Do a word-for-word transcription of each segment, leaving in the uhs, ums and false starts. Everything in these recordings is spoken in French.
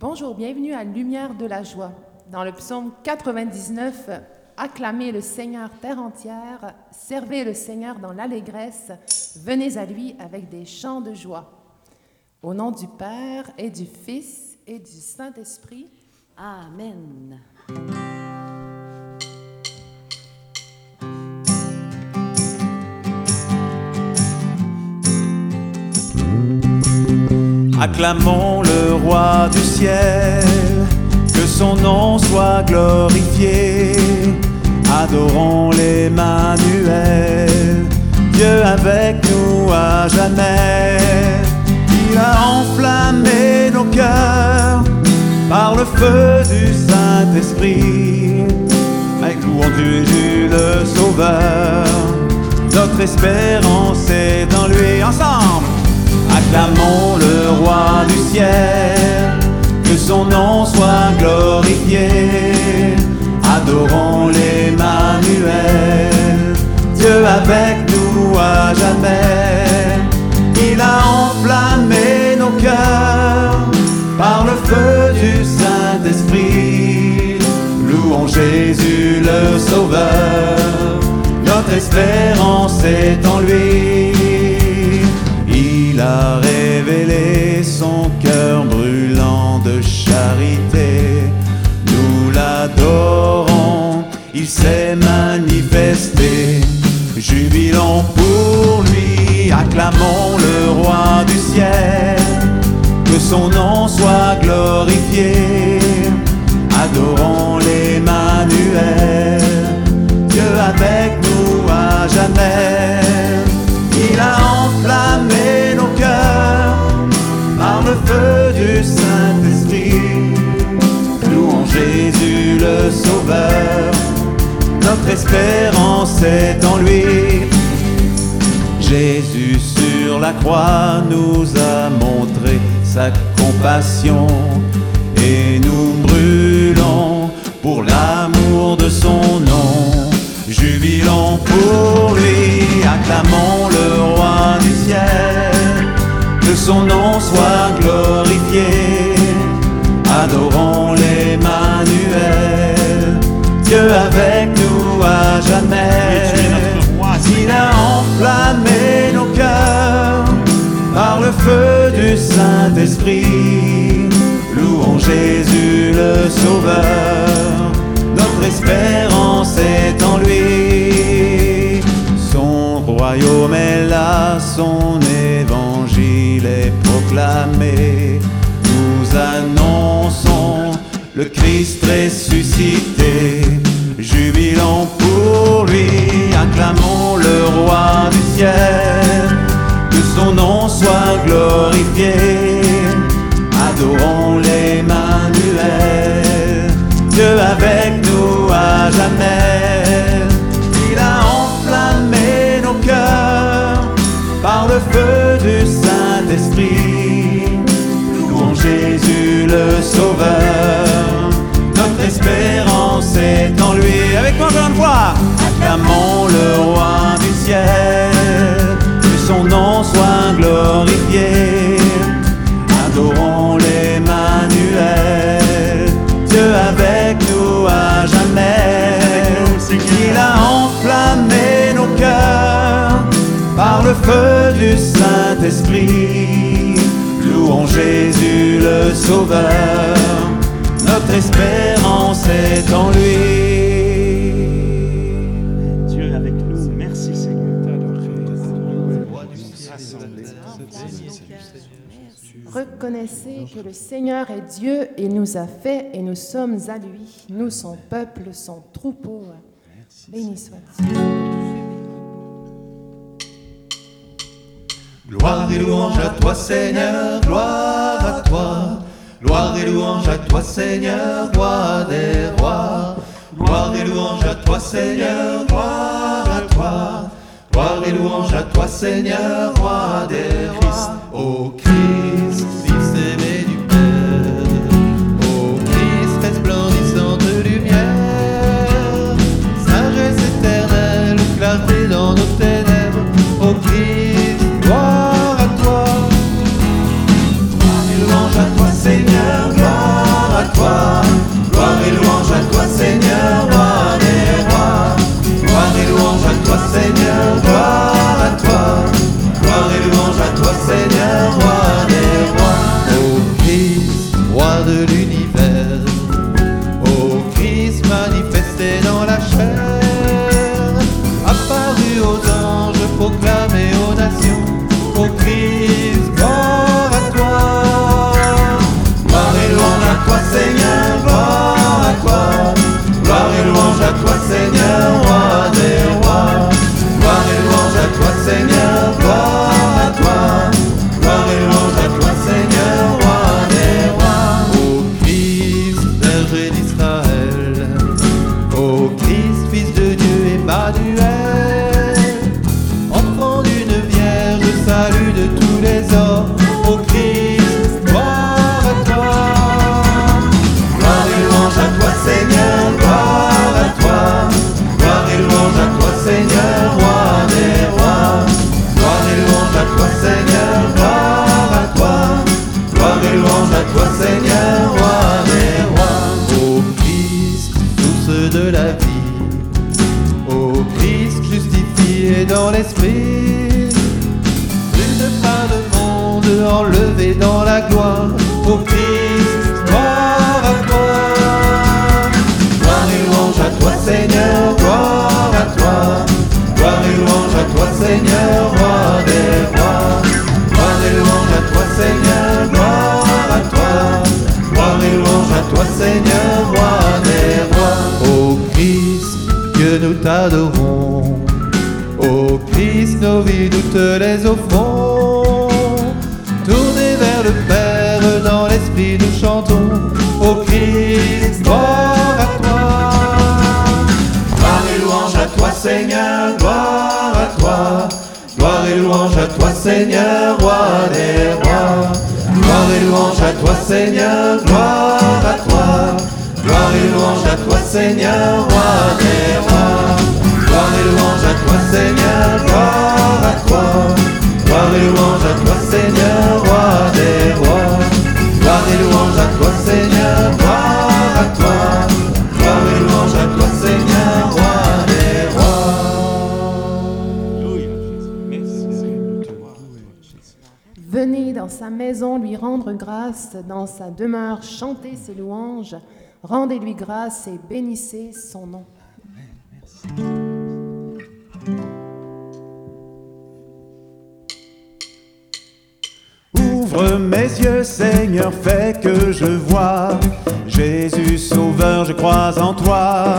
Bonjour, bienvenue à Lumière de la joie. Dans le psaume quatre-vingt-dix-neuf, acclamez le Seigneur terre entière, servez le Seigneur dans l'allégresse, venez à lui avec des chants de joie. Au nom du Père et du Fils et du Saint-Esprit. Amen. Acclamons le roi du ciel, que son nom soit glorifié. Adorons l'Emmanuel, Dieu avec nous à jamais. Il a enflammé nos cœurs par le feu du Saint-Esprit. Avec louange Jésus le Sauveur, notre espérance est en lui. Ensemble! Acclamons le roi du ciel, que son nom soit glorifié. Adorons l'Emmanuel, Dieu avec nous à jamais. Il a enflammé nos cœurs par le feu du Saint-Esprit. Louons Jésus le Sauveur, notre espérance est en lui. Il a révélé son cœur brûlant de charité. Nous l'adorons, il s'est manifesté. Jubilons pour lui, acclamons le roi du ciel. Que son nom soit glorifié. Adorons l'Emmanuel, Dieu avec nous à jamais. Il a enflammé nos cœurs par le feu du Saint-Esprit. Louons Jésus le Sauveur, notre espérance est en lui. Jésus sur la croix nous a montré sa compassion et nous brûlons pour l'amour de son nom. Jubilons pour lui, acclamons le roi du ciel, que son nom soit glorifié. Adorons l'Emmanuel, Dieu avec nous à jamais. Il a enflammé nos cœurs par le feu du Saint-Esprit. Louons Jésus le Sauveur, notre espérance est en lui. Son royaume est là, son évangile est proclamé. Nous annonçons le Christ ressuscité. Jubilons pour lui, acclamons le roi du ciel. Que son nom soit glorifié. Adorons l'Emmanuel, Dieu avec nous à jamais. Il a enflammé nos cœurs par le feu du Saint-Esprit. Louons Jésus le Sauveur, notre espérance est en lui. Avec moi encore une fois, acclamons le roi du ciel, que son nom soit glorifié. Adorons l'Emmanuel, Dieu avec nous à jamais. Il a enflammé nos cœurs par le feu du Saint-Esprit. Louons Jésus le Sauveur, notre espérance est en lui. Dieu est avec nous, merci Seigneur. Reconnaissez que le Seigneur est Dieu et nous a fait et nous sommes à lui. Nous, son peuple, son troupeau. Béni soit-il. Gloire et louange à toi Seigneur, gloire à toi. Gloire et louange à toi Seigneur, roi des rois. Gloire et louange à toi Seigneur, gloire à toi. Gloire et louange à toi Seigneur, roi des rois. Ô Christ, Fils aimé du Père, ô Christ resplendissant de lumière, sagesse éternelle, clarté dans nos ténèbres. Ô Christ, gloire à toi. Gloire et louange à toi Seigneur, gloire. nations. Ô Christ, gloire à toi. Gloire et louange à toi, Seigneur, gloire à toi. Gloire et louange à toi, Seigneur, roi des rois. Gloire et louange à toi, Seigneur, gloire à toi. Gloire et louange à toi, Seigneur, roi des rois. Ô Christ, berger d'Israël, ô Christ, fils de Dieu, Emmanuel, enfant d'une vierge, salut de tous les hommes. Ô Christ, gloire à toi. Gloire et louange à toi, Seigneur, gloire à toi. Gloire et louange à toi, Seigneur, roi des rois. Gloire et louange à toi, Seigneur, gloire à toi. Gloire et louange à toi, Seigneur, roi des rois. Ô Christ, source de la vie, ô Christ, justifié dans l'esprit, une fin de monde enlevé dans la gloire. Ô Christ, gloire à toi. Gloire et louange à toi, Seigneur, gloire à toi. Gloire et louange à toi, Seigneur, roi des rois. Gloire et louange à toi, Seigneur, gloire à toi. Gloire et louange à toi, Seigneur, roi des rois. Ô Christ, que nous t'adorons. Ô Christ, nos vies nous te les offrons. Tournés vers le Père, dans l'Esprit nous chantons. Ô Christ, gloire à toi. Gloire et louange à toi, Seigneur, gloire à toi. Gloire et louange à toi, Seigneur, roi des rois. Gloire et louange à toi, Seigneur, gloire à toi. Gloire et louange à toi, Seigneur, roi des rois. Gloire et louange à toi, Seigneur, gloire à toi. Gloire et louange à toi, Seigneur, roi des rois. Gloire et louange à toi, Seigneur, gloire à toi. Gloire et louange à toi, Seigneur, roi des rois. Alléluia, Jésus. Merci, Seigneur. Venez dans sa maison lui rendre grâce, dans sa demeure chantez ses louanges, rendez-lui grâce et bénissez son nom. Ouvre mes yeux, Seigneur, fais que je vois Jésus Sauveur, je crois en toi.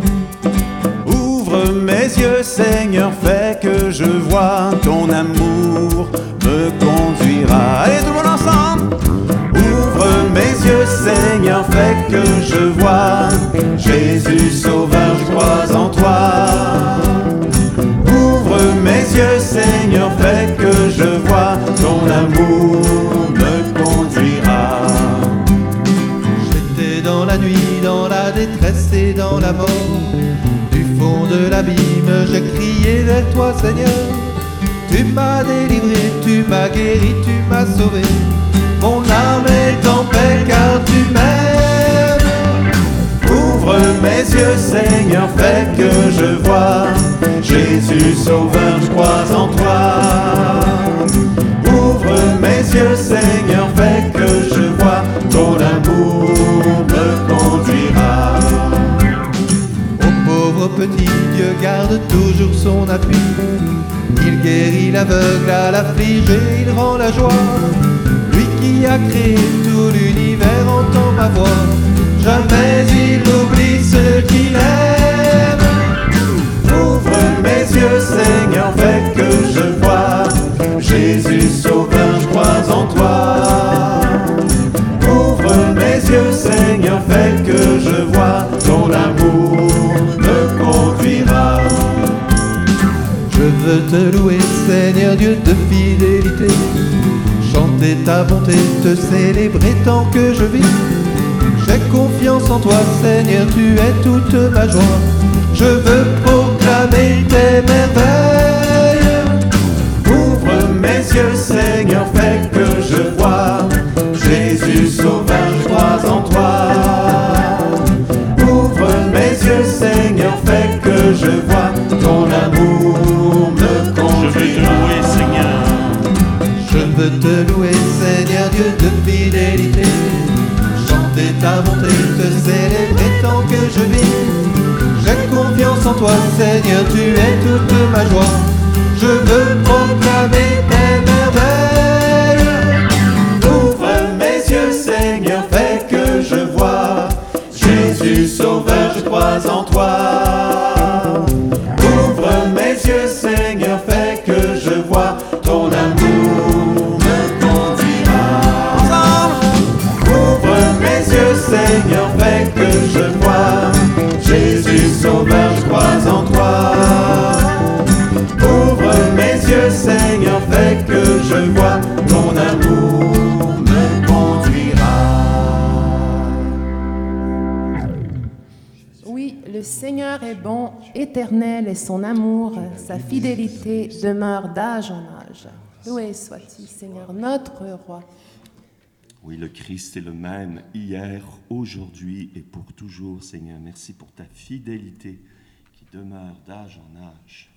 Ouvre mes yeux, Seigneur, fais que je vois ton amour me conduira. Allez, tout le monde ensemble! Ouvre mes yeux, Seigneur, fais que je vois Jésus Sauveur, je crois en toi. Ouvre mes yeux, Seigneur, fais que je vois ton amour me conduira. J'étais dans la nuit, dans la détresse et dans la mort. Du fond de l'abîme, j'ai crié vers toi, Seigneur. Tu m'as délivré, tu m'as guéri, tu m'as sauvé. Mon âme est en paix car tu m'aimes. Ouvre mes yeux, Seigneur, fais que je vois Jésus Sauveur, je crois en toi. Ouvre mes yeux, Seigneur, fais que je vois ton amour me conduira. Ô pauvre petit, Dieu garde toujours son appui. Il guérit l'aveugle, à l'affligé, il rend la joie. Lui qui a créé tout l'univers entend ma voix. Jamais il n'oublie ceux qu'il aime. Ouvre mes yeux, Seigneur, fais que je vois Jésus Sauveur, je crois en toi. Ouvre mes yeux, Seigneur, fais que je vois ton amour me conduira. Je veux te louer, Seigneur Dieu de fidélité, chanter ta bonté, te célébrer tant que je vis. J'ai confiance en toi, Seigneur, tu es toute ma joie. Je veux proclamer tes merveilles. Ouvre mes yeux, Seigneur, fais que je vois Jésus Sauveur, je crois en toi. Ouvre mes yeux, Seigneur, fais que je vois ton amour me Je veux te conduira. louer, Seigneur. Je veux te louer, Seigneur Dieu de fidélité, chanter ta bonté, te célébrer tant que je vis. J'ai confiance en toi, Seigneur, tu es toute ma joie. Je veux proclamer ton amour me conduira. Ensemble, ouvre mes yeux, Seigneur, fais que je vois. Jésus Sauveur, je crois en toi. Ouvre mes yeux, Seigneur, fais que je vois. Ton amour me conduira. Oui, le Seigneur est bon, éternel est son amour, sa fidélité demeure d'âge en âge. Loué sois-tu, Seigneur, notre roi. Oui, le Christ est le même hier, aujourd'hui et pour toujours, Seigneur. Merci pour ta fidélité qui demeure d'âge en âge.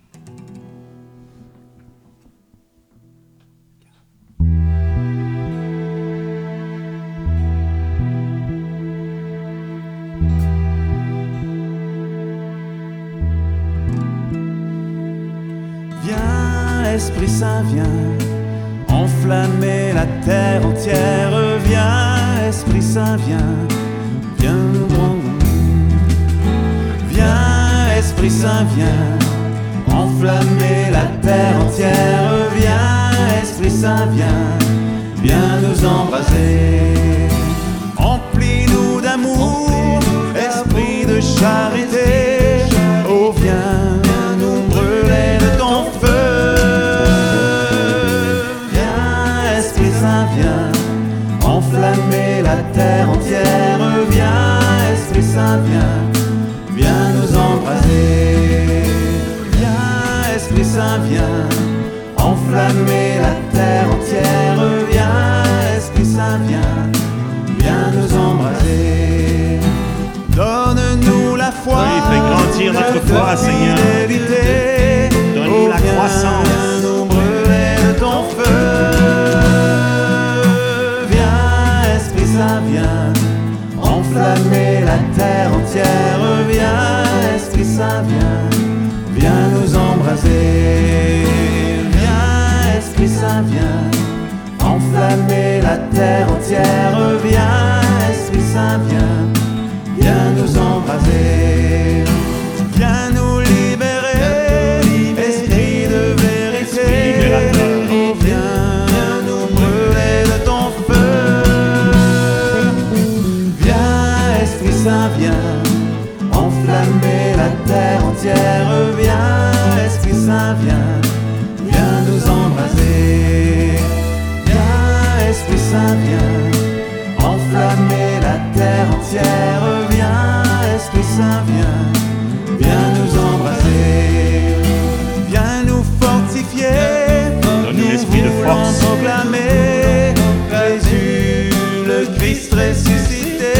Viens, Esprit Saint, viens enflammer la terre entière. Viens, Esprit Saint, viens, viens, viens, Esprit Saint, viens enflammer la terre entière. Viens, Esprit Saint, viens, viens nous embraser. Emplis-nous d'amour, esprit de charité. Oh, viens nous brûler de ton feu. Viens, Esprit Saint, viens enflammer la terre entière. Viens, Esprit Saint, viens, viens nous embraser. Viens, Esprit Saint, viens enflammer la terre entière. Viens, Esprit Saint, viens, viens nous embraser. Donne-nous la foi, Oui, fais grandir notre foi, Seigneur. Donne-nous la croissance. Viens nous brûler de ton feu. Viens, Esprit Saint, viens enflammer la terre entière. Viens, Esprit Saint, viens, viens nous embraser. Viens, Esprit Saint, viens enflammer la terre entière. Viens, Esprit Saint, viens, viens nous embraser. Viens nous libérer, esprit de vérité. libérateur. Oh, viens, viens nous brûler de ton feu. Viens, Esprit Saint, viens enflammer la terre entière. Viens, Esprit Saint, viens, viens nous embraser. Viens, Esprit Saint, viens enflammer la terre entière. Viens, Esprit Saint, viens, viens nous embraser. Viens nous fortifier. Donne-nous l'esprit de force. Proclamer Jésus, le Christ ressuscité.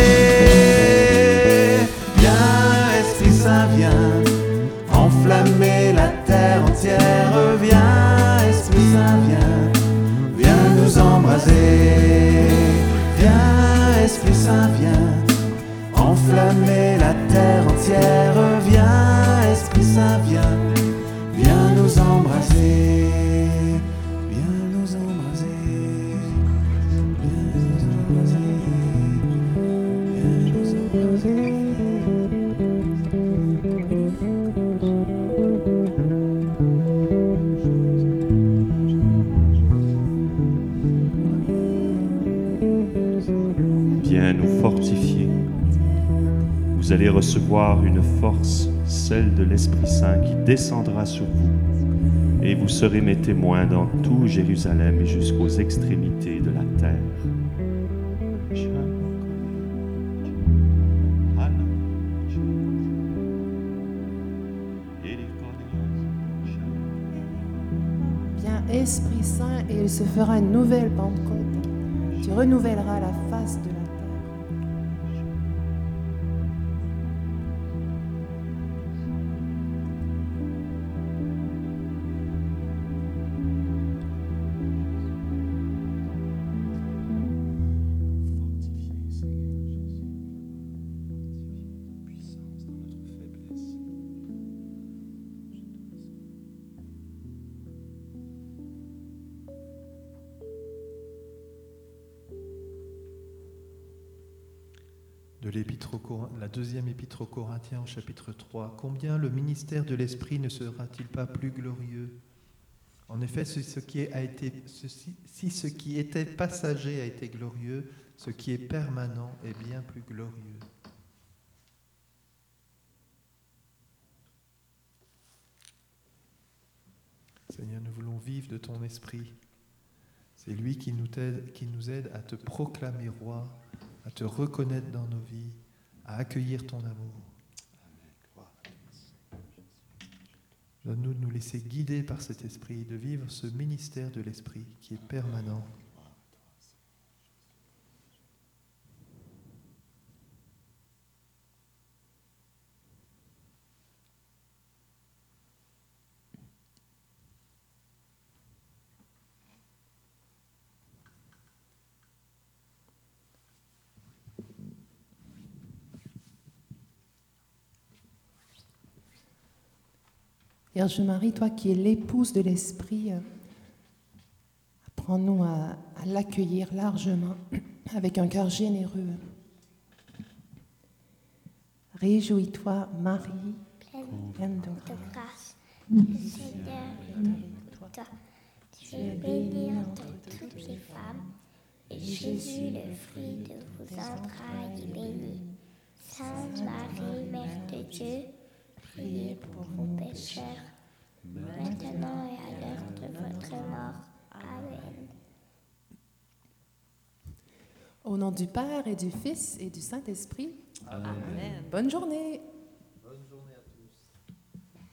Viens, Esprit Saint, viens enflammer la terre entière. Viens, Esprit Saint, viens, viens nous embraser. Viens, Esprit Saint, viens enflammer la terre entière. Viens, Esprit Saint, viens, viens nous embraser. Viens nous embraser. Viens nous embraser. Viens nous embraser. Viens nous fortifier. Vous allez recevoir une force, celle de l'Esprit Saint qui descendra sur vous, et vous serez mes témoins dans tout Jérusalem et jusqu'aux extrémités de la terre. Viens, Esprit Saint, et il se fera une nouvelle Pentecôte. Tu renouvelleras la face de la terre. De l'épître aux Cor- la deuxième épître aux Corinthiens, au chapitre trois. Combien le ministère de l'Esprit ne sera-t-il pas plus glorieux? En effet, si ce qui a été, ceci- si ce qui était passager a été glorieux, ce qui est permanent est bien plus glorieux. Seigneur, nous voulons vivre de ton esprit. C'est lui qui nous aide, qui nous aide à te proclamer roi, à te reconnaître dans nos vies, à accueillir ton amour. Donne-nous de nous laisser guider par cet esprit, de vivre ce ministère de l'esprit qui est permanent. Vierge Marie, toi qui es l'épouse de l'Esprit, euh, apprends-nous à, à l'accueillir largement, avec un cœur généreux. Réjouis-toi, Marie, pleine de grâce. de grâce. Le Seigneur est avec toi. Tu es bénie entre toutes les femmes, et Jésus, le fruit de vos entrailles, est béni. Sainte Marie, Mère de Dieu, priez pour vos pécheurs, maintenant et à l'heure de votre mort. Amen. Au nom du Père et du Fils et du Saint-Esprit, Amen. bonne journée.